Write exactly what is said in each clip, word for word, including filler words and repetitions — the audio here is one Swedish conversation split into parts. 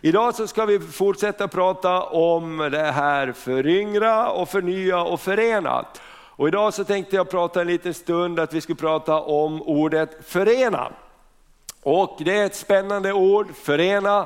Idag så ska vi fortsätta prata om det här föryngra och förnya och förena. Och idag så tänkte jag prata en liten stund att vi skulle prata om ordet förena. Och det är ett spännande ord, förena.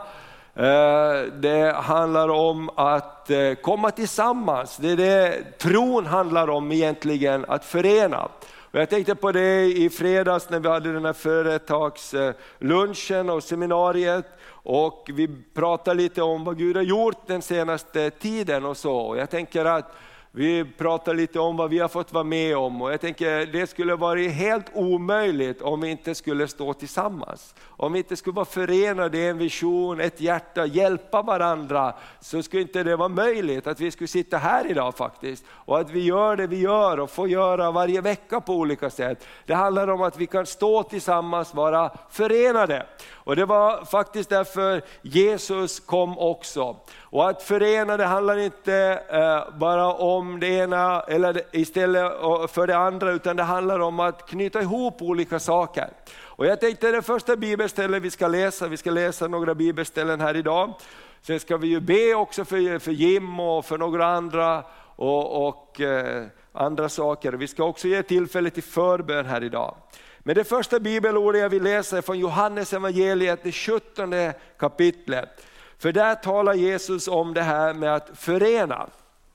Det handlar om att komma tillsammans. Det är det tron handlar om egentligen, att förena. Och jag tänkte på det i fredags när vi hade den här företagslunchen och seminariet. Och vi pratade lite om vad Gud har gjort den senaste tiden och så. Och jag tänker att vi pratar lite om vad vi har fått vara med om, och jag tänker det skulle vara helt omöjligt om vi inte skulle stå tillsammans. Om vi inte skulle vara förenade i en vision, ett hjärta, hjälpa varandra, så skulle inte det vara möjligt att vi skulle sitta här idag faktiskt. Och att vi gör det vi gör och får göra varje vecka på olika sätt. Det handlar om att vi kan stå tillsammans, vara förenade. Och det var faktiskt därför Jesus kom också. Och att förena, det handlar inte eh, bara om det ena eller istället för det andra, utan det handlar om att knyta ihop olika saker. Och jag tänkte det första bibelstället vi ska läsa, vi ska läsa några bibelställen här idag. Sen ska vi ju be också för, för Jim och för några andra och, och eh, andra saker. Vi ska också ge tillfälle till förbön här idag. Men det första bibelordet jag vill läsa är från Johannes evangeliet, det sjuttonde kapitlet. För där talar Jesus om det här med att förena.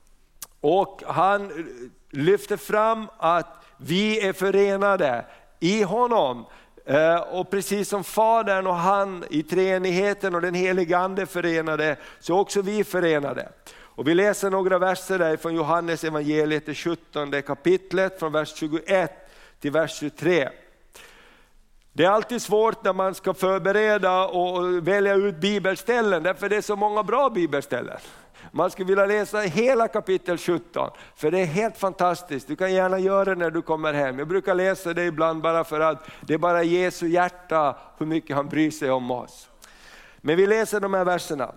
Och han lyfter fram att vi är förenade i honom. Och precis som Fadern och han i treenigheten och den helige Ande förenade, så också vi förenade. Och vi läser några verser där från Johannes evangeliet, det sjuttonde kapitlet, från vers tjugoett till vers tjugotre. Det är alltid svårt när man ska förbereda och välja ut bibelställen, därför det är så många bra bibelställen. Man skulle vilja läsa hela kapitel sjutton, för det är helt fantastiskt. Du kan gärna göra det när du kommer hem. Jag brukar läsa det ibland bara för att det är bara Jesu hjärta, hur mycket han bryr sig om oss. Men vi läser de här verserna.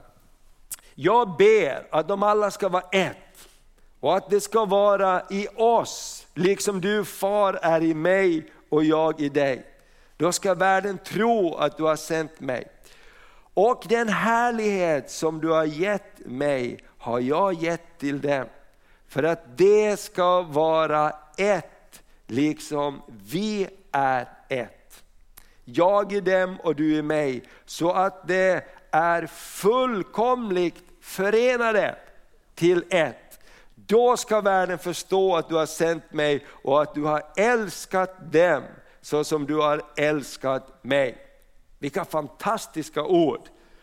Jag ber att de alla ska vara ett, och att det ska vara i oss, liksom du far är i mig och jag i dig. Då ska världen tro att du har sänt mig. Och den härlighet som du har gett mig har jag gett till dem. För att det ska vara ett, liksom vi är ett. Jag i dem och du i mig. Så att det är fullkomligt förenade till ett. Då ska världen förstå att du har sänt mig och att du har älskat dem så som du har älskat mig. Vilka fantastiska ord.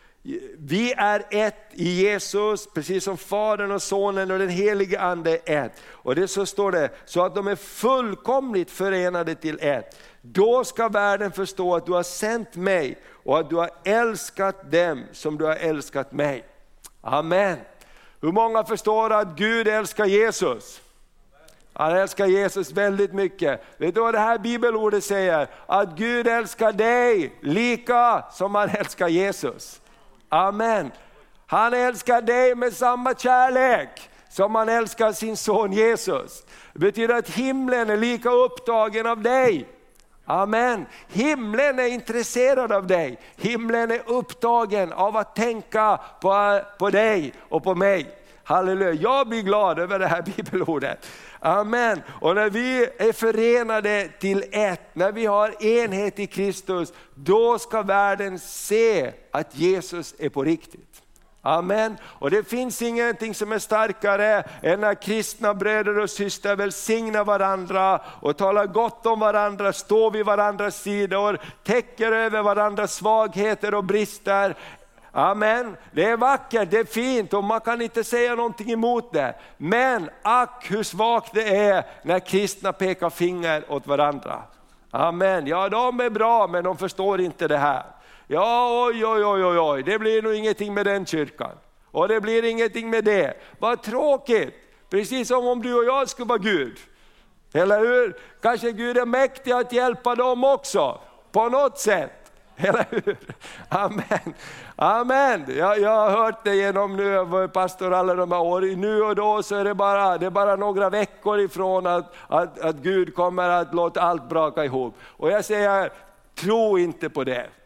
Vi är ett i Jesus, precis som Fadern och Sonen och den helige Ande är ett. Och det så står det, så att de är fullkomligt förenade till ett. Då ska världen förstå att du har sänt mig och att du har älskat dem som du har älskat mig. Amen. Hur många förstår att Gud älskar Jesus? Han älskar Jesus väldigt mycket. Vet du vad det här bibelordet säger? Att Gud älskar dig lika som han älskar Jesus. Amen. Han älskar dig med samma kärlek som han älskar sin son Jesus. Det betyder att himlen är lika upptagen av dig. Amen. Himlen är intresserad av dig. Himlen är upptagen av att tänka på, på dig och på mig. Halleluja. Jag blir glad över det här bibelordet. Amen. Och när vi är förenade till ett, när vi har enhet i Kristus, då ska världen se att Jesus är på riktigt. Amen. Och det finns ingenting som är starkare än när kristna bröder och systrar välsignar varandra och talar gott om varandra, står vid varandras sidor, täcker över varandras svagheter och brister. Amen. Det är vackert, det är fint och man kan inte säga någonting emot det. Men ack hur svagt det är när kristna pekar finger åt varandra. Amen. Ja, de är bra men de förstår inte det här. Ja, oj, oj, oj, oj, oj. Det blir nog ingenting med den kyrkan. Och det blir ingenting med det. Vad tråkigt. Precis som om du och jag skulle vara Gud. Eller hur? Kanske Gud är mäktig att hjälpa dem också. På något sätt. Eller hur? Amen. Amen. Jag, jag har hört det genom nu, jag var pastor alla de här åren. Nu och då så är det bara, det är bara några veckor ifrån att, att, att Gud kommer att låta allt braka ihop. Och jag säger, tro inte på det.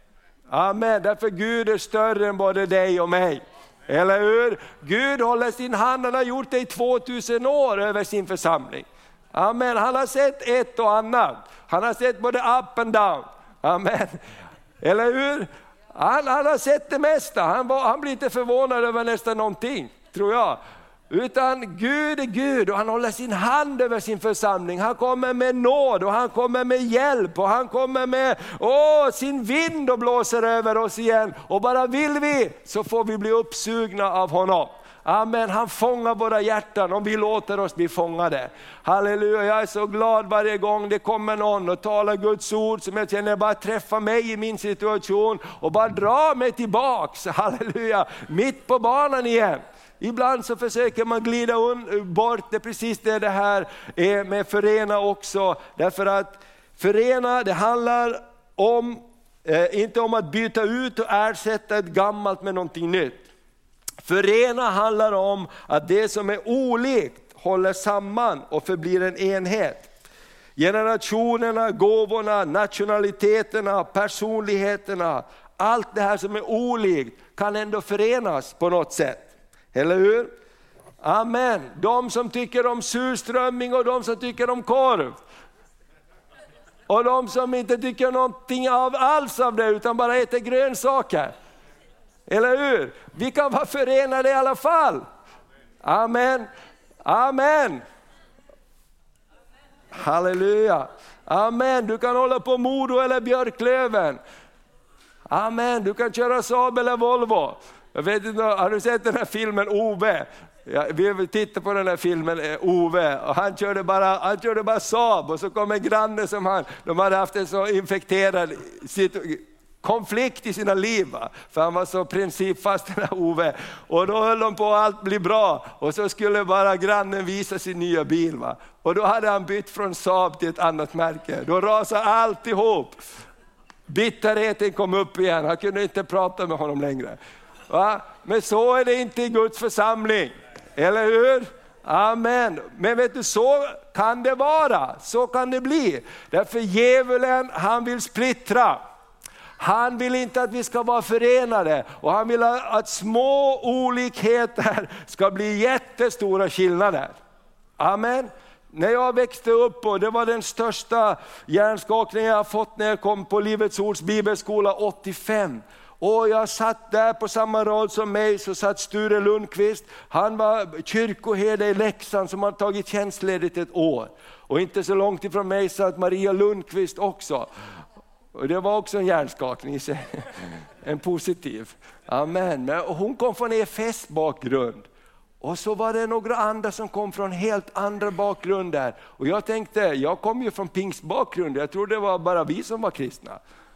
Amen, därför Gud är större än både dig och mig. Eller hur? Gud håller sin hand, han har gjort det i tvåtusen år över sin församling. Amen, han har sett ett och annat. Han har sett både up and down. Amen. Eller hur? Han, han har sett det mesta. Han, var, han blir inte förvånad över nästan någonting, tror jag. Utan Gud är Gud och han håller sin hand över sin församling. Han kommer med nåd och han kommer med hjälp och han kommer med åh, sin vind och blåser över oss igen. Och bara vill vi så får vi bli uppsugna av honom. Amen, han fångar våra hjärtan om vi låter oss bli fångade. Halleluja, jag är så glad varje gång det kommer någon och talar Guds ord som jag känner bara träffa mig i min situation och bara dra mig tillbaks. Halleluja, mitt på banan igen. Ibland så försöker man glida bort, det är precis det det här är med förena också. Därför att förena, det handlar om, eh, inte om att byta ut och ersätta ett gammalt med någonting nytt. Förena handlar om att det som är olikt håller samman och förblir en enhet. Generationerna, gåvorna, nationaliteterna, personligheterna, allt det här som är olikt kan ändå förenas på något sätt. Eller hur? Amen. De som tycker om surströmming och de som tycker om korv. Och de som inte tycker någonting av alls av det utan bara äter grönsaker. Eller hur? Vi kan vara förenade i alla fall. Amen. Amen. Halleluja. Amen. Du kan hålla på Modo eller Björklöven. Amen. Du kan köra Saab eller Volvo. Jag vet inte, har du sett den här filmen Ove? Ja, vi tittar på den här filmen Ove och han körde bara han körde bara Saab och så kom en granne som han de hade haft en så infekterad konflikt i sina liv, va? För han var så principfast den här Ove och då höll de på att allt bli bra och så skulle bara grannen visa sin nya bil, va? Och då hade han bytt från Saab till ett annat märke. Då rasade allt ihop. Bitterheten kom upp igen, han kunde inte prata med honom längre. Va? Men så är det inte i Guds församling, eller hur? Amen. Men vet du, så kan det vara, så kan det bli. Därför djävulen, han vill splittra. Han vill inte att vi ska vara förenade och han vill att små olikheter ska bli jättestora skillnader. Amen. När jag växte upp, och det var den största hjärnskakningen jag fått när jag kom på Livets Ords bibelskola åttiofem. Och jag satt där på samma rad som mig, så satt Sture Lundqvist. Han var kyrkoherde i Leksand som har tagit tjänstledigt ett år. Och inte så långt ifrån mig satt Maria Lundqvist också. Och det var också en hjärnskakning i sig. En positiv. Amen. Men hon kom från E F S-bakgrund. Och så var det några andra som kom från helt andra bakgrunder. Och jag tänkte, jag kom ju från pingstbakgrund. Jag trodde det var bara vi som var kristna.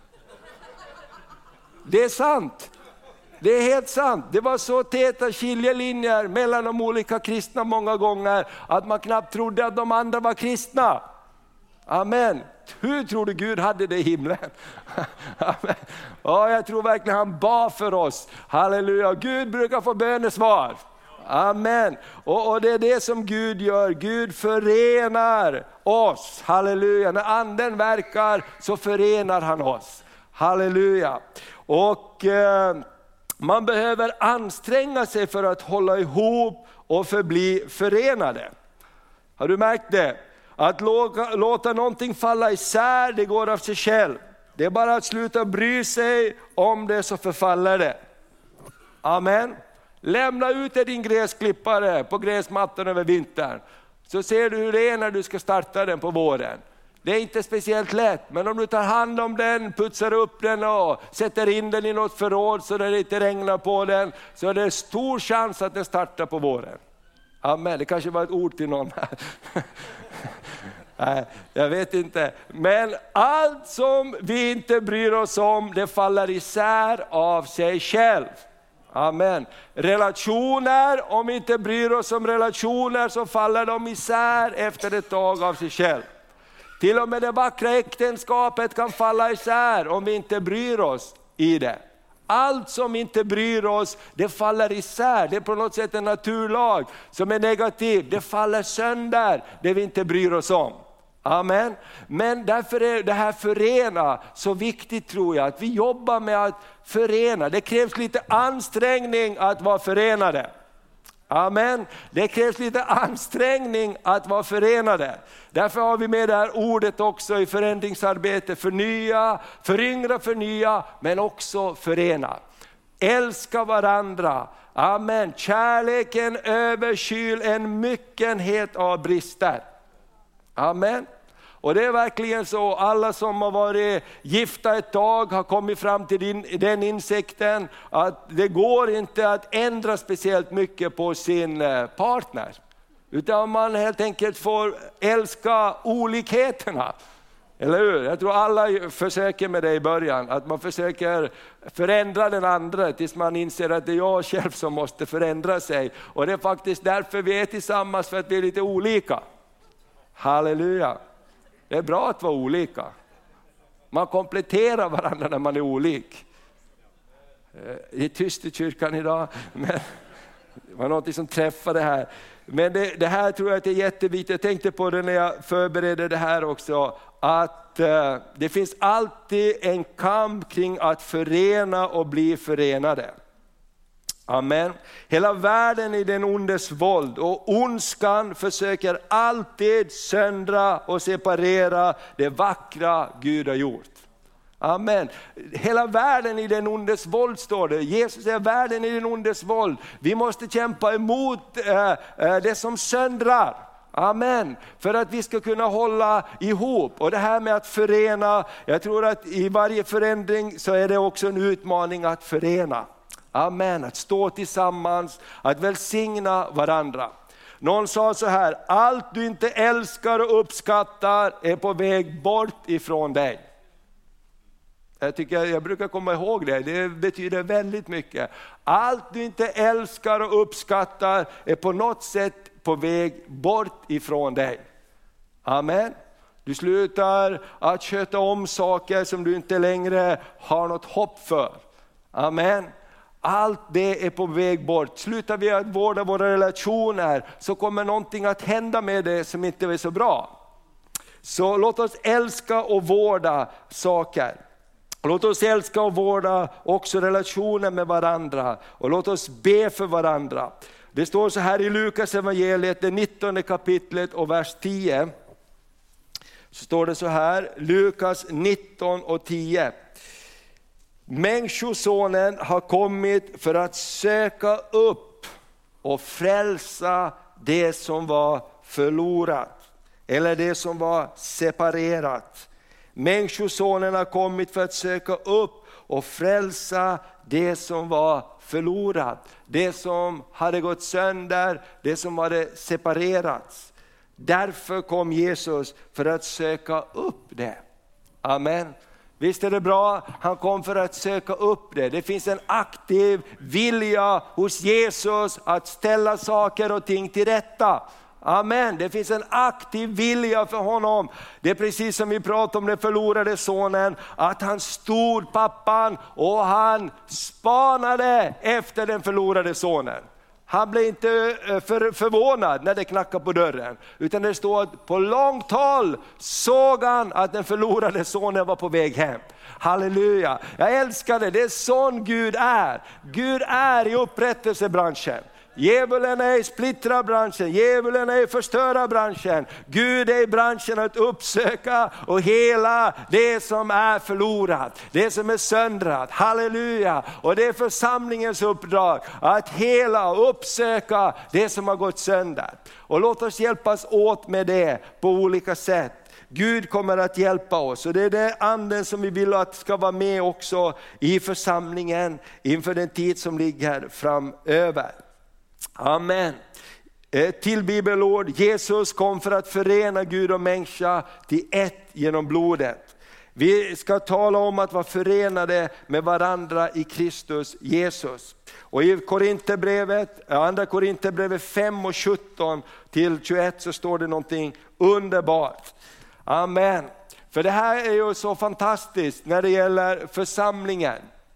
Det är sant. Det är helt sant. Det var så täta skiljelinjer mellan de olika kristna många gånger att man knappt trodde att de andra var kristna. Amen. Hur tror du Gud hade det i himlen? Amen. Ja, jag tror verkligen han bad för oss. Halleluja. Gud brukar få bönesvar. Amen. Och, och det är det som Gud gör. Gud förenar oss. Halleluja. När anden verkar så förenar han oss. Halleluja. Och eh, man behöver anstränga sig för att hålla ihop och förbli förenade. Har du märkt det? Att låta, låta någonting falla isär, det går av sig själv. Det är bara att sluta bry sig om det, så förfaller det. Amen. Lämna ut din gräsklippare på gräsmattan över vintern. Så ser du hur det är när du ska starta den på våren. Det är inte speciellt lätt, men om du tar hand om den, putsar upp den och sätter in den i något förråd så det inte regnar på den, så är det stor chans att den startar på våren. Amen, det kanske var ett ord till någon här. Nej, jag vet inte. Men allt som vi inte bryr oss om, det faller isär av sig själv. Amen. Relationer, om vi inte bryr oss om relationer så faller de isär efter ett tag av sig själv. Till och med det vackra äktenskapet kan falla isär om vi inte bryr oss i det. Allt som inte bryr oss, det faller isär. Det är på något sätt en naturlag som är negativ. Det faller sönder det vi inte bryr oss om. Amen. Men därför är det här förena så viktigt, tror jag, att vi jobbar med att förena. Det krävs lite ansträngning att vara förenade. Amen. Det krävs lite ansträngning att vara förenade. Därför har vi med det här ordet också i förändringsarbete. Förnya, föryngra, förnya, men också förena. Älska varandra. Amen. Kärleken överskyl en myckenhet av brister. Amen. Och det är verkligen så, alla som har varit gifta ett tag har kommit fram till din, den insikten att det går inte att ändra speciellt mycket på sin partner. Utan man helt enkelt får älska olikheterna. Eller hur? Jag tror alla försöker med det i början, att man försöker förändra den andra tills man inser att det är jag själv som måste förändra sig. Och det är faktiskt därför vi är tillsammans, för att vi är lite olika. Halleluja. Det är bra att vara olika. Man kompletterar varandra när man är olik. Det är tyst i kyrkan idag, men det var något som träffade här. Men det, det här tror jag att är jätteviktigt. Jag tänkte på det när jag förberedde det här också. Att eh, det finns alltid en kamp kring att förena och bli förenade. Amen. Hela världen i den ondes våld, och ondskan försöker alltid söndra och separera det vackra Gud har gjort. Amen. Hela världen i den ondes våld, står det. Jesus är världen i den ondes våld. Vi måste kämpa emot äh, äh, det som söndrar. Amen. För att vi ska kunna hålla ihop. Och det här med att förena, jag tror att i varje förändring så är det också en utmaning att förena. Amen, att stå tillsammans, att välsigna varandra. Någon sa så här: allt du inte älskar och uppskattar är på väg bort ifrån dig. Jag, tycker, jag brukar komma ihåg det, det betyder väldigt mycket. Allt du inte älskar och uppskattar är på något sätt på väg bort ifrån dig. Amen. Du slutar att sköta om saker som du inte längre har något hopp för. Amen. Allt det är på väg bort. Slutar vi att vårda våra relationer, så kommer någonting att hända med det som inte är så bra. Så låt oss älska och vårda saker. Låt oss älska och vårda också relationer med varandra. Och låt oss be för varandra. Det står så här i Lukas evangeliet, det nittonde kapitlet och vers tio. Så står det så här, Lukas nitton och tio. Människosonen har kommit för att söka upp och frälsa det som var förlorat, eller det som var separerat. Människosonen har kommit för att söka upp och frälsa det som var förlorat, det som hade gått sönder, det som hade separerats. Därför kom Jesus för att söka upp det. Amen. Visst är det bra? Han kom för att söka upp det. Det finns en aktiv vilja hos Jesus att ställa saker och ting till rätta. Amen. Det finns en aktiv vilja för honom. Det är precis som vi pratade om den förlorade sonen. Att han stod, pappan, och han spanade efter den förlorade sonen. Han blev inte för, förvånad när det knackade på dörren. Utan det står att på långt håll såg han att den förlorade sonen var på väg hem. Halleluja. Jag älskar det. Det är sån Gud är. Gud är i upprättelsebranschen. Djävulen är i splittra branschen, djävulen är i förstöra branschen. Gud är i branschen att uppsöka och hela det som är förlorat, det som är söndrat. Halleluja. Och det är församlingens uppdrag att hela och uppsöka det som har gått sönder. Och låt oss hjälpas åt med det på olika sätt. Gud kommer att hjälpa oss, och det är det anden som vi vill att ska vara med också i församlingen inför den tid som ligger framöver. Amen. Till bibelord, Jesus kom för att förena Gud och människa till ett genom blodet. Vi ska tala om att vara förenade med varandra i Kristus Jesus. Och i Korinthierbrevet, andra Korinthierbrevet fem och sjutton till tjugoett så står det någonting underbart. Amen. För det här är ju så fantastiskt när det gäller församlingen.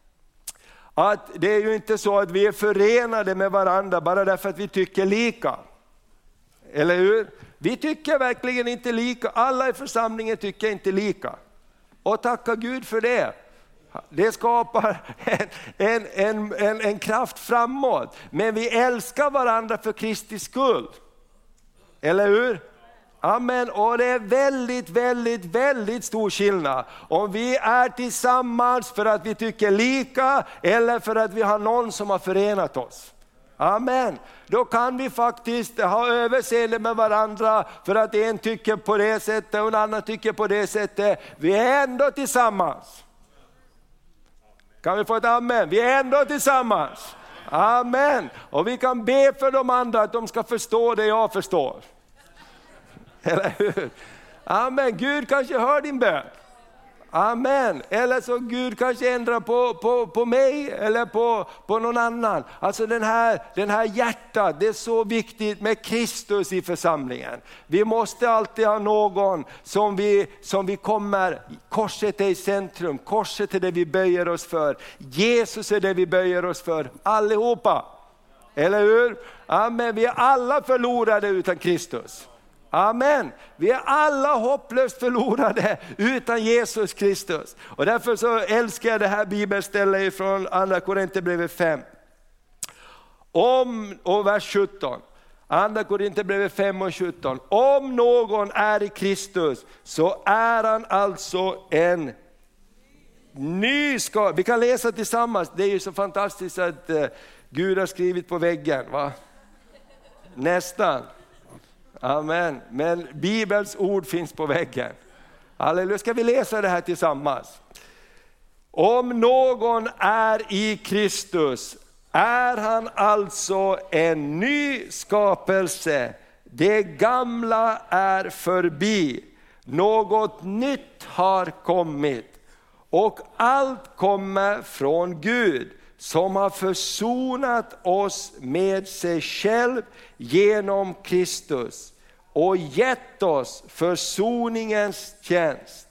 Att det är ju inte så att vi är förenade med varandra bara därför att vi tycker lika. Eller hur? Vi tycker verkligen inte lika, alla i församlingen tycker inte lika. Och tacka Gud för det. Det skapar en, en, en, en, en kraft framåt. Men vi älskar varandra för Kristi skull. Eller hur? Amen. Och det är väldigt, väldigt, väldigt stor skillnad. Om vi är tillsammans för att vi tycker lika eller för att vi har någon som har förenat oss. Amen. Då kan vi faktiskt ha överseende med varandra för att en tycker på det sättet och en annan tycker på det sättet. Vi är ändå tillsammans. Kan vi få ett amen? Vi är ändå tillsammans. Amen. Och vi kan be för de andra att de ska förstå det jag förstår. Eller hur? Amen. Gud kanske hör din bön. Amen. Eller så Gud kanske ändrar på, på, på mig eller på, på någon annan. Alltså den här, den här hjärtat, det är så viktigt med Kristus i församlingen. Vi måste alltid ha någon som vi, som vi kommer, korset är i centrum, korset är det vi böjer oss för. Jesus är det vi böjer oss för, allihopa. Eller hur? Amen. Vi är alla förlorade utan Kristus. Amen. Vi är alla hopplöst förlorade utan Jesus Kristus. Och därför så älskar jag det här bibelstället från andra Korinthierbrevet fem. Om, och vers sjutton. andra Korinthierbrevet fem och sjutton. Om någon är i Kristus så är han alltså en ny skapelse. Vi kan läsa tillsammans. Det är ju så fantastiskt att uh, Gud har skrivit på väggen, va? Nästan. Amen. Men Bibelns ord finns på väggen. Halleluja. Ska vi läsa det här tillsammans? Om någon är i Kristus är han alltså en ny skapelse. Det gamla är förbi. Något nytt har kommit. Och allt kommer från Gud, som har försonat oss med sig själv genom Kristus och gett oss försoningens tjänst.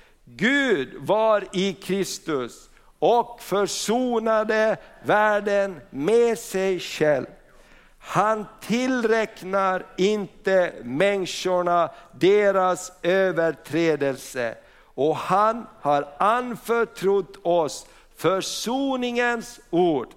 Gud var i Kristus och försonade världen med sig själv. Han tillräknar inte människorna deras överträdelse, och han har anförtrott oss försoningens ord.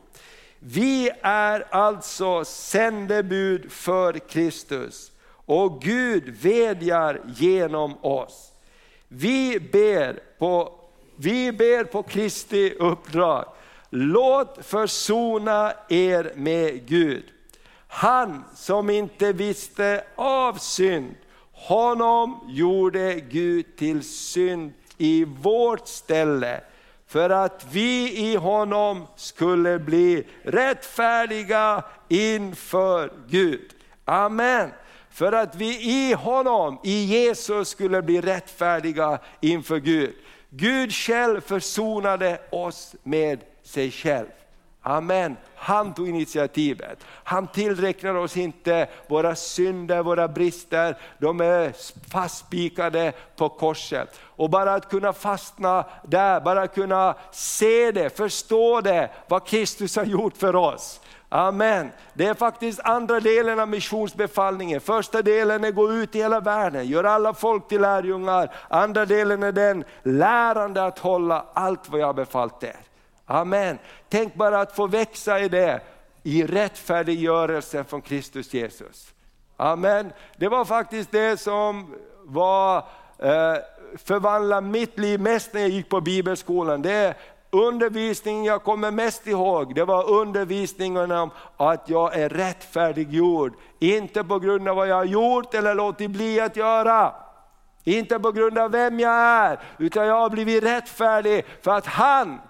Vi är alltså sändebud för Kristus, och Gud vädjar genom oss. Vi ber på, vi ber på Kristi uppdrag. Låt försona er med Gud. Han som inte visste av synd, honom gjorde Gud till synd i vårt ställe, för att vi i honom skulle bli rättfärdiga inför Gud. Amen. För att vi i honom, i Jesus, skulle bli rättfärdiga inför Gud. Gud själv försonade oss med sig själv. Amen. Han tog initiativet. Han tillräknar oss inte våra synder, våra brister. De är fastspikade på korset. Och bara att kunna fastna där, bara kunna se det, förstå det, vad Kristus har gjort för oss. Amen. Det är faktiskt andra delen av missionsbefallningen. Första delen är gå ut i hela världen, gör alla folk till lärjungar. Andra delen är den lärande att hålla allt vad jag har befallt er. Amen. Tänk bara att få växa i det, i rättfärdiggörelsen från Kristus Jesus. Amen. Det var faktiskt det som var eh, förvandla mitt liv mest när jag gick på bibelskolan. Det undervisningen jag kommer mest ihåg, det var undervisningen om att jag är rättfärdiggjord. Inte på grund av vad jag har gjort eller låtit bli att göra. Inte på grund av vem jag är, utan jag har blivit rättfärdig för att han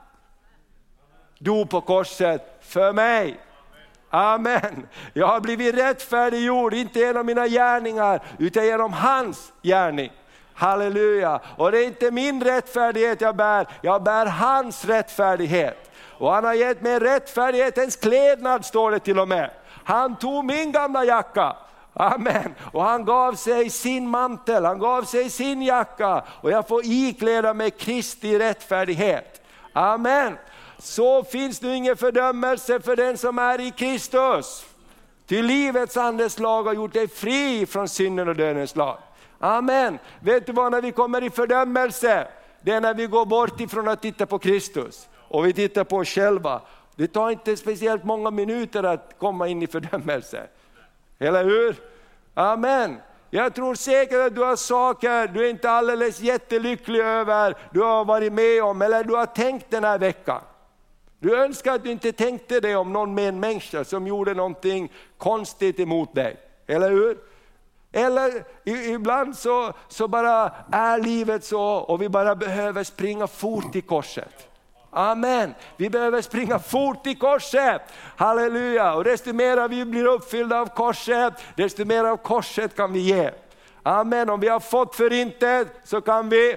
dog på korset för mig. Amen. Jag har blivit rättfärdiggjord, inte genom mina gärningar, utan genom hans gärning. Halleluja. Och det är inte min rättfärdighet jag bär, jag bär hans rättfärdighet. Och han har gett mig rättfärdighetens klädnad, står det till och med. Han tog min gamla jacka. Amen. Och han gav sig sin mantel, han gav sig sin jacka. Och jag får ikläda mig Kristi rättfärdighet. Amen. Så finns det ingen fördömelse för den som är i Kristus. Till livets andes lag har gjort dig fri från synden och dödens lag. Amen. Vet du vad, när vi kommer i fördömelse, det är när vi går bort ifrån att titta på Kristus och vi tittar på oss själva. Det tar inte speciellt många minuter att komma in i fördömelse. Eller hur? Amen. Jag tror säkert att du har saker du är inte alldeles jättelycklig över, du har varit med om eller du har tänkt den här veckan. Du önskar att du inte tänkte det om någon medmänniska som gjorde någonting konstigt emot dig. Eller hur? Eller ibland så, så bara är livet så och vi bara behöver springa fort i korset. Amen. Vi behöver springa fort i korset. Halleluja. Och desto mer vi blir uppfyllda av korset, desto mer av korset kan vi ge. Amen. Om vi har fått förintet så kan vi.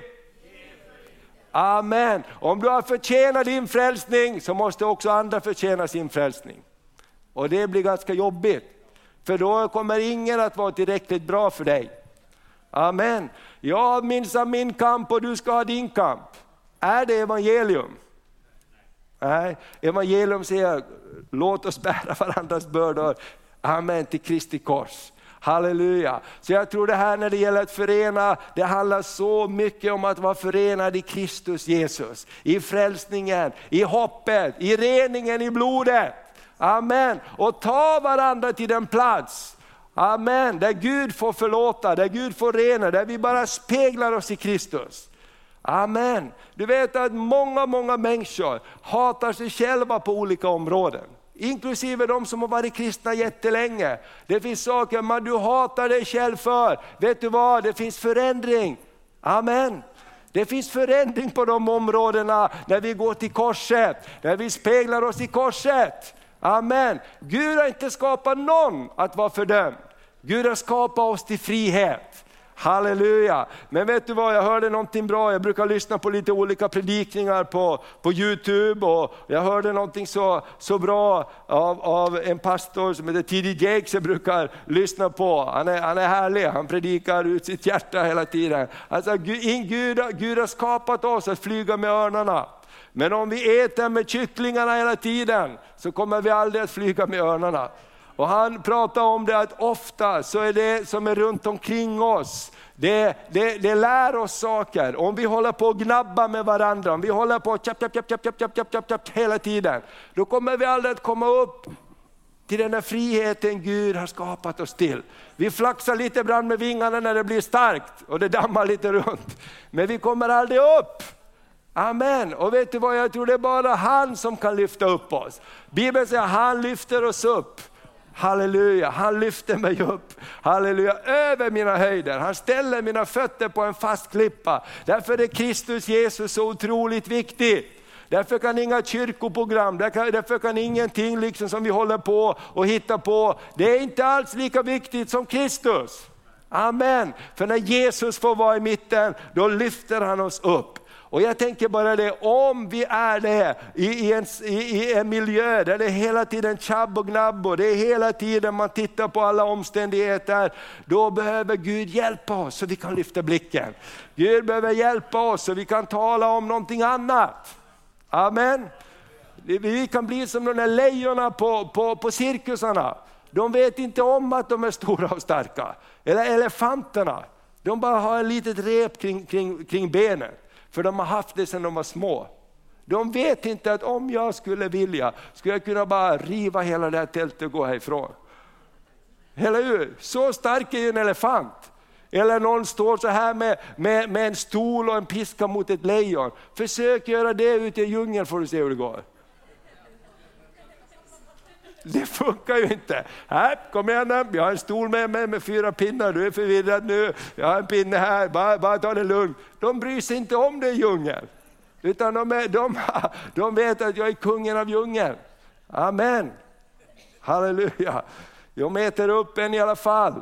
Amen. Om du har förtjänat din frälsning så måste också andra förtjäna sin frälsning. Och det blir ganska jobbigt. För då kommer ingen att vara tillräckligt bra för dig. Amen. Jag minns min kamp och du ska ha din kamp. Är det evangelium? Nej, evangelium säger låt oss bära varandras bördor. Amen, till Kristi kors. Halleluja. Så jag tror det här när det gäller att förena, det handlar så mycket om att vara förenad i Kristus Jesus. I frälsningen, i hoppet, i reningen i blodet. Amen. Och ta varandra till den plats. Amen. Där Gud får förlåta, där Gud får rena, där vi bara speglar oss i Kristus. Amen. Du vet att många, många människor hatar sig själva på olika områden. Inklusive de som har varit kristna jättelänge. Det finns saker man du hatar dig själv för. Vet du vad? Det finns förändring. Amen. Det finns förändring på de områdena när vi går till korset. När vi speglar oss i korset. Amen. Gud har inte skapat någon att vara fördömd. Gud har skapat oss till frihet. Halleluja. Men vet du vad, jag hörde någonting bra. Jag brukar lyssna på lite olika predikningar på, på YouTube. Och jag hörde någonting så, så bra av, av en pastor som heter T D Jakes. Jag brukar lyssna på. Han är, han är härlig. Han predikar ut sitt hjärta hela tiden. Alltså, Gud, Gud, Gud har skapat oss att flyga med örnarna. Men om vi äter med kycklingarna hela tiden så kommer vi aldrig att flyga med örnarna. Och han pratar om det att ofta så är det som är runt omkring oss. Det, det, det lär oss saker. Om vi håller på att gnabba med varandra, om vi håller på att tjapp, tjapp, tjapp, tjapp, tjapp, tjapp, tjapp, tjapp, hela tiden. Då kommer vi aldrig att komma upp till den här friheten Gud har skapat oss till. Vi flaxar lite brand med vingarna när det blir starkt och det dammar lite runt. Men vi kommer aldrig upp. Amen. Och vet du vad, jag tror det är bara han som kan lyfta upp oss. Bibeln säger att han lyfter oss upp. Halleluja, han lyfter mig upp. Halleluja, över mina höjder. Han ställer mina fötter på en fast klippa. Därför är Kristus Jesus så otroligt viktig. Därför kan inga kyrkoprogram, därför kan ingenting liksom som vi håller på och hittar på. Det är inte alls lika viktigt som Kristus. Amen. För när Jesus får vara i mitten, då lyfter han oss upp. Och jag tänker bara det, om vi är det i, i, en, i, i en miljö där det är hela tiden tjabb och gnabb och det är hela tiden man tittar på alla omständigheter, då behöver Gud hjälpa oss så vi kan lyfta blicken. Gud behöver hjälpa oss så vi kan tala om någonting annat. Amen. Vi kan bli som de där lejonerna på, på, på cirkusarna. De vet inte om att de är stora och starka. Eller elefanterna. De bara har ett litet rep kring, kring, kring benen. För de har haft det sedan de var små. De vet inte att om jag skulle vilja, skulle jag kunna bara riva hela det här tältet och gå härifrån. Eller hur? Så stark är ju en elefant. Eller någon står så här med, med, med en stol och en piska mot ett lejon. Försök göra det ute i djungeln, får du se hur det går. Det funkar ju inte. Här, kom igen, jag har en stol med mig med fyra pinnar. Du är förvirrad nu. Jag har en pinne här. Bara, bara ta det lugnt. De bryr sig inte om det i djungeln. Utan de, är, de, de vet att jag är kungen av djungeln. Amen. Halleluja. Jag mäter upp en i alla fall.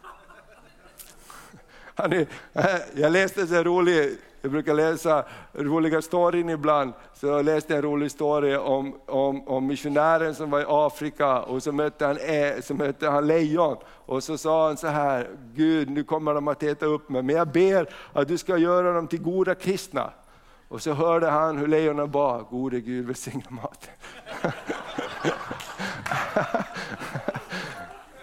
Jag läste så rolig, jag brukar läsa roliga storyn ibland. Så jag läste en rolig story om, om, om missionären som var i Afrika och så mötte han, så mötte han lejon. Och så sa han så här: Gud, nu kommer de att äta upp mig, men jag ber att du ska göra dem till goda kristna. Och så hörde han hur lejonen bad: gode Gud, välsigna maten.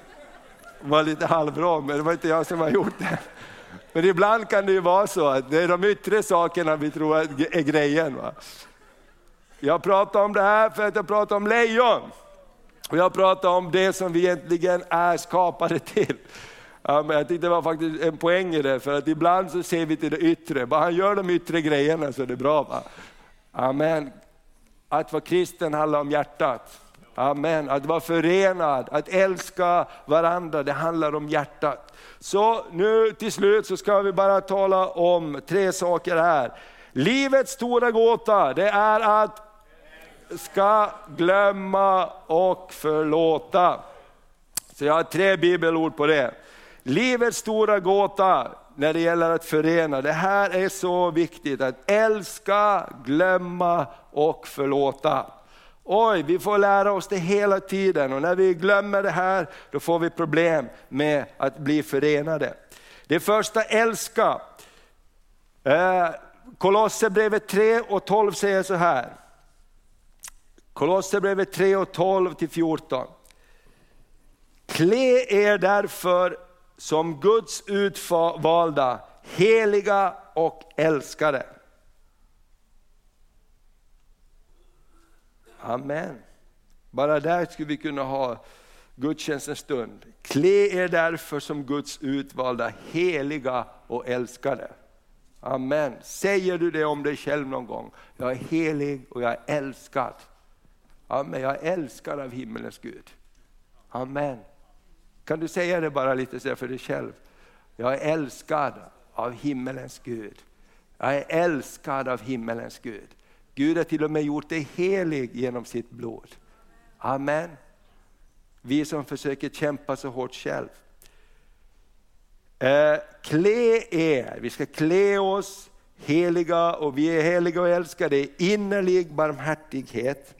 var lite halvbra, men det var inte jag som har gjort det. Men ibland kan det ju vara så att det är de yttre sakerna vi tror är grejen. Va? Jag pratar om det här för att jag pratar om lejon. Och jag pratar om det som vi egentligen är skapade till. Ja, men jag tyckte det var faktiskt en poäng i det, för att ibland så ser vi till det yttre. Bara han gör de yttre grejerna så är det bra. Va? Amen. Att vara kristen handlar om hjärtat. Amen. Att vara förenad, att älska varandra, det handlar om hjärtat. Så nu till slut så ska vi bara tala om tre saker här. Livets stora gåta, det är att ska glömma och förlåta. Så jag har tre bibelord på det. Livets stora gåta när det gäller att förena. Det här är så viktigt, att älska, glömma och förlåta. Oj, vi får lära oss det hela tiden, och när vi glömmer det här då får vi problem med att bli förenade. Det första, älska. Eh, Kolosserbrevet tre och tolv säger så här. Kolosserbrevet tre och tolv till fjorton. Klä er därför som Guds utvalda, heliga och älskade. Amen. Bara där skulle vi kunna ha gudstjänstens stund. Klä er därför som Guds utvalda, heliga och älskade. Amen. Säger du det om dig själv någon gång? Jag är helig och jag är älskad. Amen. Jag är älskad av himmelens Gud. Amen. Kan du säga det bara lite så för dig själv? Jag är älskad av himmelens Gud. Jag är älskad av himmelens Gud. Gud har till och med gjort dig helig genom sitt blod. Amen. Vi som försöker kämpa så hårt själv. Eh, klä er. Vi ska klä oss heliga, och vi är heliga och älskade i innerlig barmhärtighet.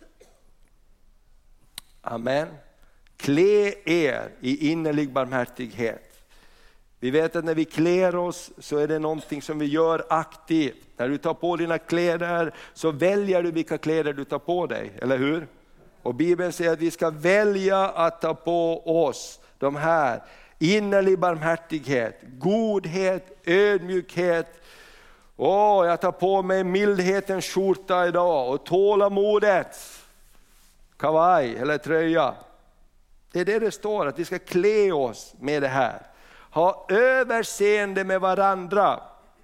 Amen. Klä er i innerlig barmhärtighet. Vi vet att när vi klär oss så är det någonting som vi gör aktivt. När du tar på dina kläder så väljer du vilka kläder du tar på dig, eller hur? Och Bibeln säger att vi ska välja att ta på oss de här: innerlig barmhärtighet, godhet, ödmjukhet. Åh, jag tar på mig mildhetens skjorta idag, och tålamodets kavaj eller tröja. Det är det det står, att vi ska klä oss med det här. Ha överseende med varandra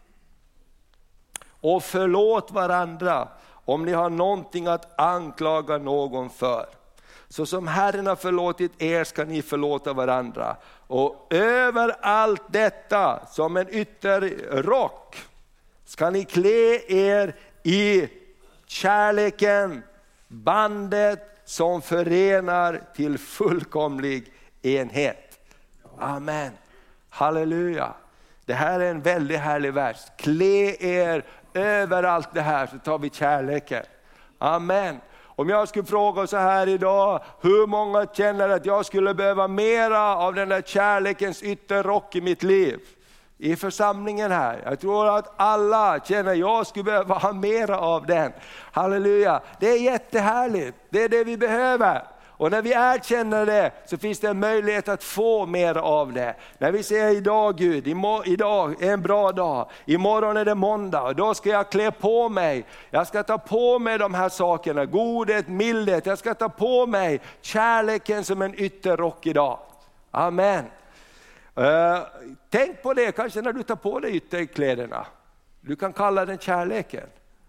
och förlåt varandra om ni har någonting att anklaga någon för. Så som Herren har förlåtit er ska ni förlåta varandra. Och över allt detta som en ytterrock ska ni klä er i kärleken, bandet som förenar till fullkomlig enhet. Amen. Halleluja. Det här är en väldigt härlig vers. Klä er över allt det här så tar vi kärleken. Amen. Om jag skulle fråga så här idag, hur många känner att jag skulle behöva mera av den där kärlekens ytterrock i mitt liv? I församlingen här. Jag tror att alla känner att jag skulle behöva ha mera av den. Halleluja. Det är jättehärligt. Det är det vi behöver. Och när vi erkänner det så finns det en möjlighet att få mer av det. När vi säger idag Gud, idag är en bra dag, imorgon är det måndag och då ska jag klä på mig. Jag ska ta på mig de här sakerna, godhet, mildhet. Jag ska ta på mig kärleken som en ytterrock idag. Amen. Uh, tänk på det kanske när du tar på dig ytterkläderna. Du kan kalla den kärleken.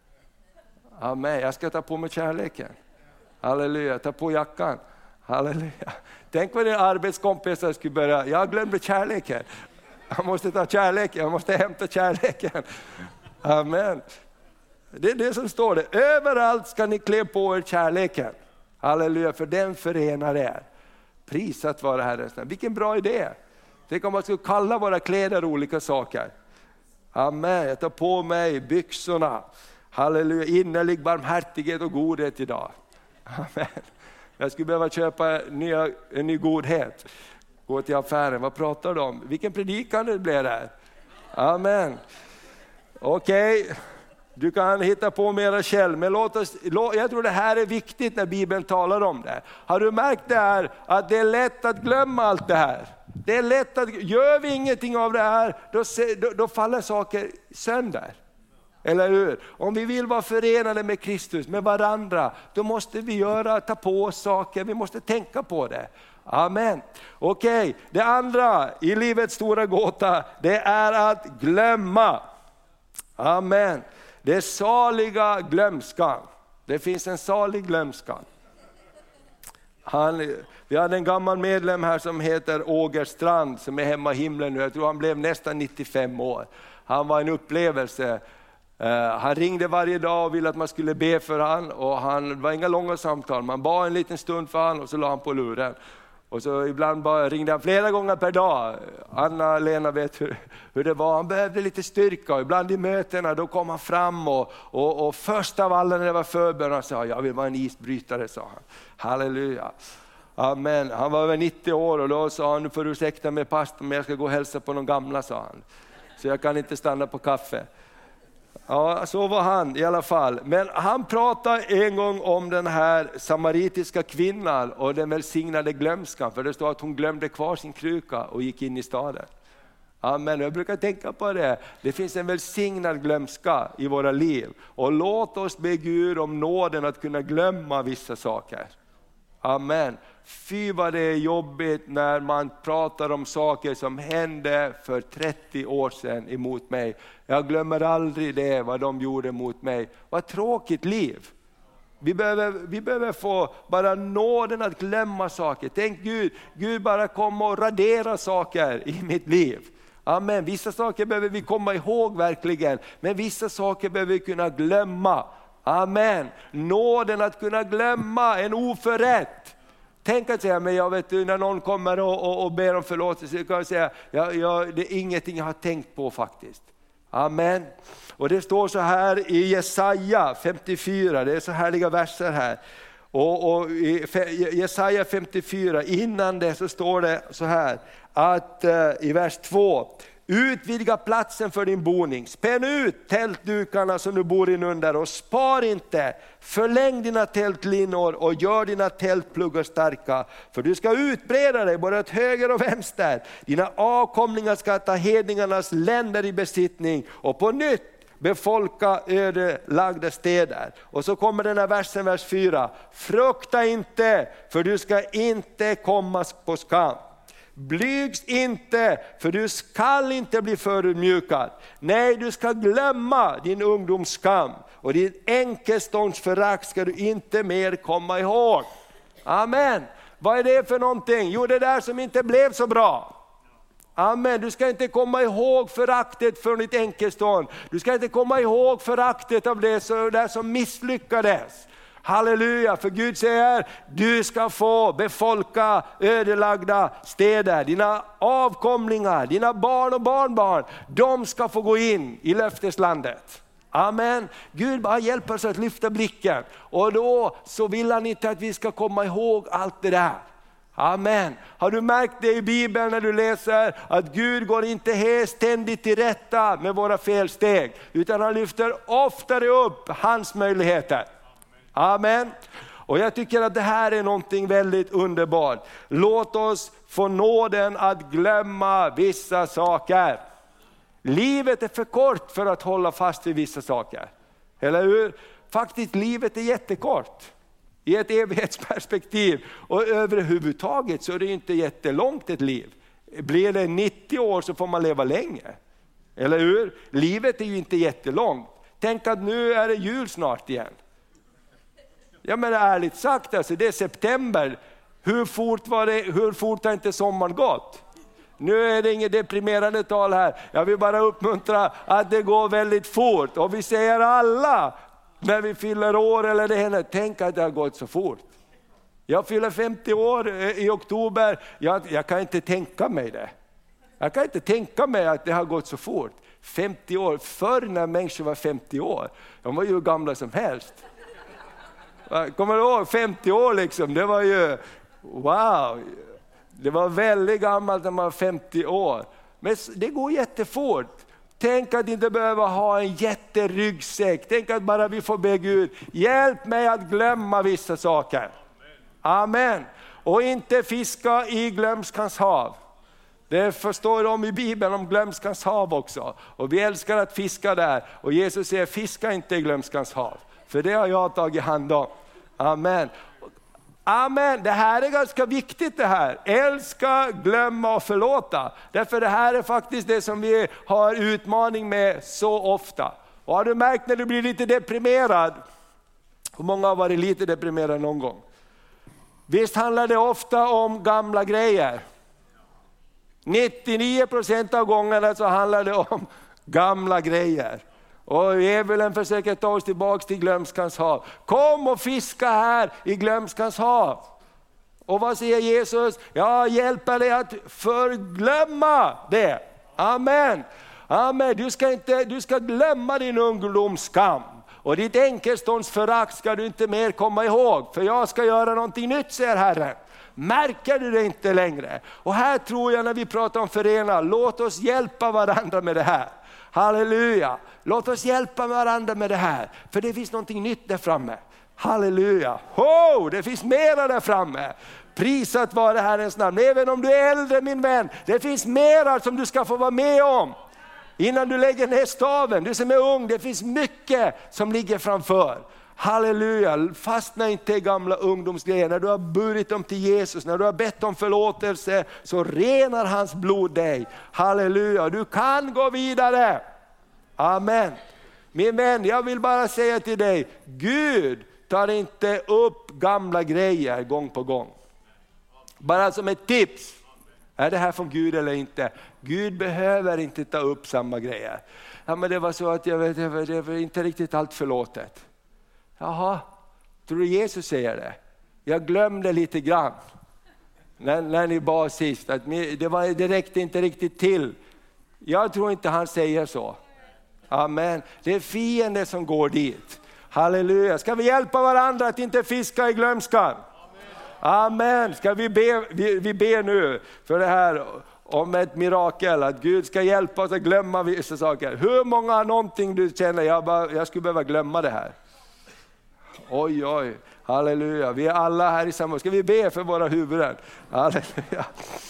Amen, jag ska ta på mig kärleken. Halleluja, ta på jackan. Halleluja. Tänk vad din arbetskompisar skulle börja. Jag glömde kärleken. Jag måste ta kärleken, jag måste hämta kärleken. Amen. Det är det som står det. Överallt ska ni klä på er kärleken. Halleluja, för den förenar er. Prisat vare Herren. Vilken bra idé. Tänk om man skulle kalla våra kläder olika saker. Amen, jag tar på mig byxorna. Halleluja, innerlig barmhärtighet och godhet idag. Amen. Jag skulle behöva köpa nya, en ny godhet. Gå till affären, vad pratar du om? Vilken predikan det blir där. Amen. Okej, okay. Du kan hitta på mera själv. Men låt oss, jag tror det här är viktigt när Bibeln talar om det. Har du märkt det här? Att det är lätt att glömma allt det här. Det är lätt att, gör vi ingenting av det här, då, då, då faller saker sönder. Eller hur? Om vi vill vara förenade med Kristus, med varandra, då måste vi göra, ta på oss saker, vi måste tänka på det. Amen. Okej, okay. Det andra i livets stora gåta, det är att glömma. Amen. Det är saliga glömskan. Det finns en salig glömskan. Han, vi hade en gammal medlem här som heter Åger Strand som är hemma i himlen nu. Jag tror han blev nästan nittiofem år. Han var en upplevelse. Uh, han ringde varje dag och ville att man skulle be för han. Och han, det var inga långa samtal. Man bad en liten stund för han och så la han på luren. Och så ibland bara ringde han flera gånger per dag. Anna-Lena vet hur, hur det var. Han behövde lite styrka. Och ibland i mötena då kom han fram. Och, och, och först av alla när det var förbön han sa, jag vill vara en isbrytare, sa han. Halleluja. Amen. Han var över nittio år och då sa han, nu får du ursäkta mig pastor, men jag ska gå och hälsa på de gamla, sa han. Så jag kan inte stanna på kaffe. Ja, så var han i alla fall. Men han pratade en gång om den här samaritiska kvinnan och den välsignade glömskan. För det står att hon glömde kvar sin kruka och gick in i staden. Amen. Jag brukar tänka på det. Det finns en välsignad glömska i våra liv. Och låt oss be Gud om nåden att kunna glömma vissa saker. Amen. Fy vad det är jobbigt när man pratar om saker som hände för trettio år sedan emot mig. Jag glömmer aldrig det, vad de gjorde mot mig. Vad tråkigt liv. Vi behöver, vi behöver få bara nåden att glömma saker. Tänk Gud, Gud bara komma och radera saker i mitt liv. Amen. Vissa saker behöver vi komma ihåg verkligen, men vissa saker behöver vi kunna glömma. Amen. Nåden att kunna glömma en oförrätt. Tänk att säga, men jag vet när någon kommer och, och, och ber om förlåtelse, så kan jag säga, jag, jag, det är ingenting jag har tänkt på faktiskt. Amen. Och det står så här i Jesaja femtiofyra, det är så härliga verser här. Och, och i Jesaja femtiofyra, innan det så står det så här, att uh, i vers två, utvidga platsen för din boning, spänn ut tältdukarna som du bor inunder och spar inte, förläng dina tältlinnor och gör dina tältpluggar starka, för du ska utbreda dig både åt höger och vänster, dina avkomlingar ska ta hedningarnas länder i besittning och på nytt befolka ödelagda städer. Och så kommer den här versen, vers fyra, frukta inte, för du ska inte komma på skam. Blygs inte, för du skall inte bli förödmjukad. Nej, du ska glömma din ungdomsskam och din enkestånds förakt ska du inte mer komma ihåg. Amen. Vad är det för någonting? Jo, det där som inte blev så bra. Amen. Du ska inte komma ihåg föraktet för ditt enkestånd. Du ska inte komma ihåg föraktet av det, så där som misslyckades. Halleluja, för Gud säger, du ska få befolka ödelagda städer. Dina avkomlingar, dina barn och barnbarn, de ska få gå in i löfteslandet. Amen. Gud bara hjälper oss att lyfta blicken. Och då så vill han inte att vi ska komma ihåg allt det där. Amen. Har du märkt det i Bibeln när du läser att Gud går inte helt ständigt till rätta med våra felsteg, utan han lyfter oftare upp hans möjligheter. Amen. Och jag tycker att det här är någonting väldigt underbart. Låt oss få nåden att glömma vissa saker. Livet är för kort för att hålla fast vid vissa saker. Eller hur? Faktiskt livet är jättekort. I ett evighetsperspektiv. Och överhuvudtaget så är det inte jättelångt ett liv. Blir det nittio år så får man leva länge. Eller hur? Livet är ju inte jättelångt. Tänk att nu är det jul snart igen. Ja, men ärligt sagt, alltså, det är september. Hur fort, var det, hur fort har inte sommaren gått? Nu är det inget deprimerande tal här. Jag vill bara uppmuntra att det går väldigt fort. Och vi säger alla när vi fyller år eller det händer, tänk att det har gått så fort. Jag fyller femtio år i oktober. Jag, jag kan inte tänka mig det. Jag kan inte tänka mig att det har gått så fort. femtio år, förr när människor var femtio år. De var ju gamla som helst. Kommer du ihåg? femtio år liksom, det var ju, wow. Det var väldigt gammalt när man var femtio år. Men det går jättefort. Tänk att inte behöva ha en jätteryggsäck. Tänk att bara vi får be Gud, hjälp mig att glömma vissa saker. Amen. Och inte fiska i glömskans hav. Det förstår om i Bibeln om glömskans hav också. Och vi älskar att fiska där. Och Jesus säger, fiska inte i glömskans hav. För det har jag tagit hand om. Amen. Amen. Det här är ganska viktigt det här. Älska, glömma och förlåta. Därför det här är faktiskt det som vi har utmaning med så ofta. Och har du märkt när du blir lite deprimerad? Hur många har varit lite deprimerade någon gång? Visst handlar det ofta om gamla grejer. nittionio procent av gångerna så handlar det om gamla grejer. Och djävulen försöker ta oss tillbaka till glömskans hav. Kom och fiska här i glömskans hav. Och vad säger Jesus? Jag hjälper dig att förglömma det. Amen. Amen. Du ska, inte, du ska glömma din ungdomsskam. Och ditt enkelståndsförakt ska du inte mer komma ihåg. För jag ska göra någonting nytt, säger Herren. Märker du det inte längre? Och här tror jag när vi pratar om förena, låt oss hjälpa varandra med det här. Halleluja. Låt oss hjälpa varandra med det här. För det finns någonting nytt där framme. Halleluja. Oh, det finns mera där framme. Prisat vare Herrens namn. Även om du är äldre min vän. Det finns mera som du ska få vara med om. Innan du lägger ner staven. Du som är ung, det finns mycket som ligger framför. Halleluja, fastna inte i gamla ungdomsgrejer. När du har burit dem till Jesus, när du har bett om förlåtelse, så renar hans blod dig. Halleluja, du kan gå vidare. Amen. Min vän, jag vill bara säga till dig, Gud tar inte upp gamla grejer gång på gång. Bara som ett tips. Är det här från Gud eller inte? Gud behöver inte ta upp samma grejer. Ja, men det var så att jag vet, det var inte riktigt allt förlåtet. Jaha, tror du Jesus säger det? Jag glömde lite grann. När, när ni bad sist. Att det, var, det räckte inte riktigt till. Jag tror inte han säger så. Amen. Det är fienden som går dit. Halleluja. Ska vi hjälpa varandra att inte fiska i glömskan? Amen. Ska vi be, vi, vi ber nu för det här om ett mirakel. Att Gud ska hjälpa oss att glömma vissa saker. Hur många har någonting du känner, jag, bara, jag skulle behöva glömma det här? Oj, oj, halleluja. Vi är alla här i samma. Ska vi be för våra huvuden? Halleluja.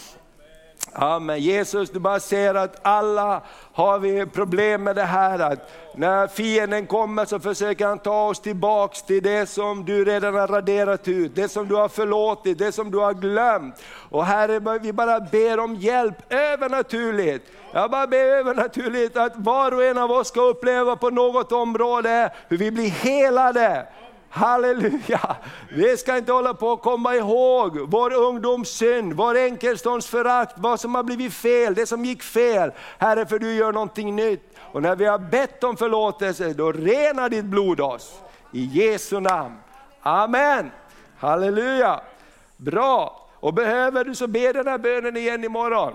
Amen. Jesus, du bara ser att alla har vi problem med det här. Att när fienden kommer så försöker han ta oss tillbaks till det som du redan har raderat ut. Det som du har förlåtit, det som du har glömt. Och Herre, vi bara ber om hjälp övernaturligt. Jag bara ber övernaturligt att var och en av oss ska uppleva på något område hur vi blir helade. Halleluja, vi ska inte hålla på att komma ihåg vår ungdomssynd, vår enkelståndsförakt, vad som har blivit fel, det som gick fel. Herre, för du gör någonting nytt. Och när vi har bett om förlåtelse, då renar ditt blod oss. I Jesu namn. Amen. Halleluja. Bra. Och behöver du så be den här bönen igen imorgon.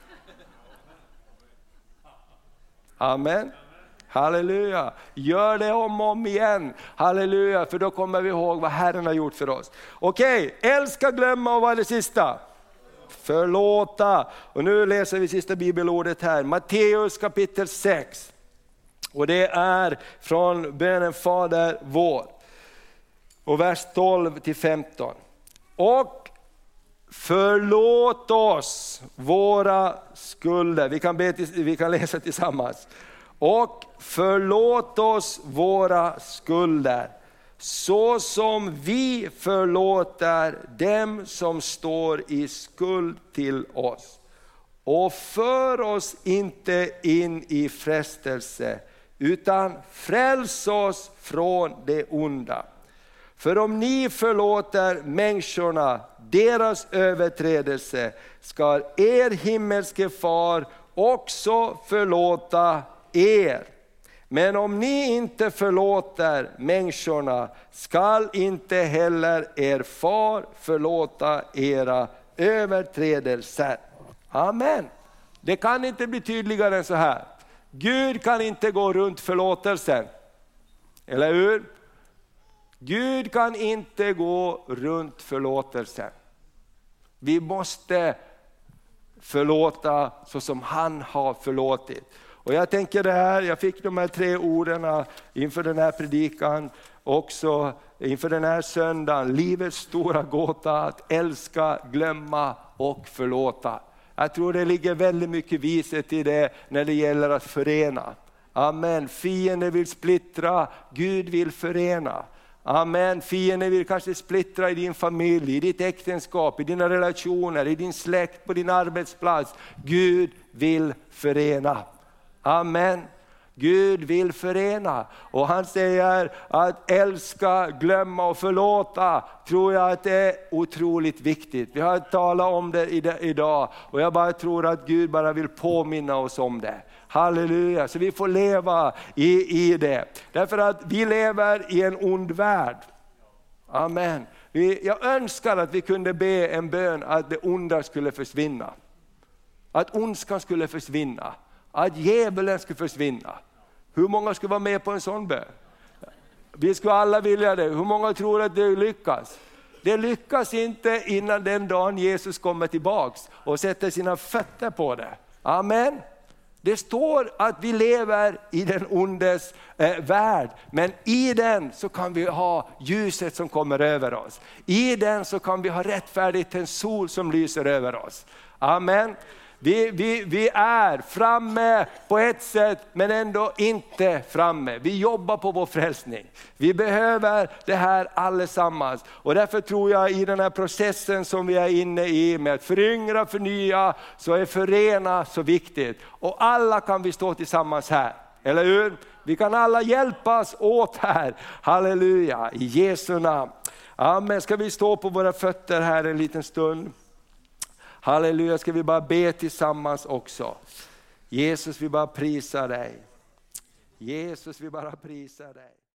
Amen. Halleluja. Gör det om och om igen. Halleluja. För då kommer vi ihåg vad Herren har gjort för oss. Okej. Älska, glömma och vad är det sista? Förlåta. Och nu läser vi sista bibelordet här. Matteus kapitel sex. Och det är från bönen Fader vår. Och vers tolv till femton. Och förlåt oss våra skulder. Vi kan, be till, vi kan läsa tillsammans. Och förlåt oss våra skulder, så som vi förlåter dem som står i skuld till oss. Och för oss inte in i frestelse, utan fräls oss från det onda. För om ni förlåter människorna deras överträdelse, ska er himmelske far också förlåta er. Men om ni inte förlåter människorna, skall inte heller er far förlåta era överträdelser. Amen. Det kan inte bli tydligare än så här. Gud kan inte gå runt förlåtelsen. Eller hur? Gud kan inte gå runt förlåtelsen. Vi måste förlåta så som han har förlåtit. Och jag tänker det här, jag fick de här tre orden inför den här predikan, också inför den här söndagen. Livets stora gåta, att älska, glömma och förlåta. Jag tror det ligger väldigt mycket vishet i det när det gäller att förena. Amen. Fienden vill splittra, Gud vill förena. Amen. Fienden vill kanske splittra i din familj, i ditt äktenskap, i dina relationer, i din släkt, på din arbetsplats. Gud vill förena. Amen. Gud vill förena. Och han säger att älska, glömma och förlåta. Tror jag att det är otroligt viktigt. Vi har talat om det idag. Och jag bara tror att Gud bara vill påminna oss om det. Halleluja. Så vi får leva i, i det. Därför att vi lever i en ond värld. Amen. Vi, jag önskar att vi kunde be en bön att det onda skulle försvinna. Att ondskan skulle försvinna. Att djävulen skulle försvinna. Hur många skulle vara med på en sån bön? Vi skulle alla vilja det. Hur många tror att det lyckas? Det lyckas inte innan den dagen Jesus kommer tillbaks och sätter sina fötter på det. Amen. Det står att vi lever i den ondes eh, värld. Men i den så kan vi ha ljuset som kommer över oss. I den så kan vi ha rättfärdigt en sol som lyser över oss. Amen. Vi, vi, vi är framme på ett sätt men ändå inte framme. Vi jobbar på vår frälsning. Vi behöver det här allesammans. Och därför tror jag i den här processen som vi är inne i med att föryngra, förnya, så är förena så viktigt. Och alla kan vi stå tillsammans här, eller hur? Vi kan alla hjälpas åt här. Halleluja, i Jesu namn. Amen. Ska vi stå på våra fötter här en liten stund? Halleluja, ska vi bara be tillsammans också. Jesus, vi bara prisar dig. Jesus, vi bara prisar dig.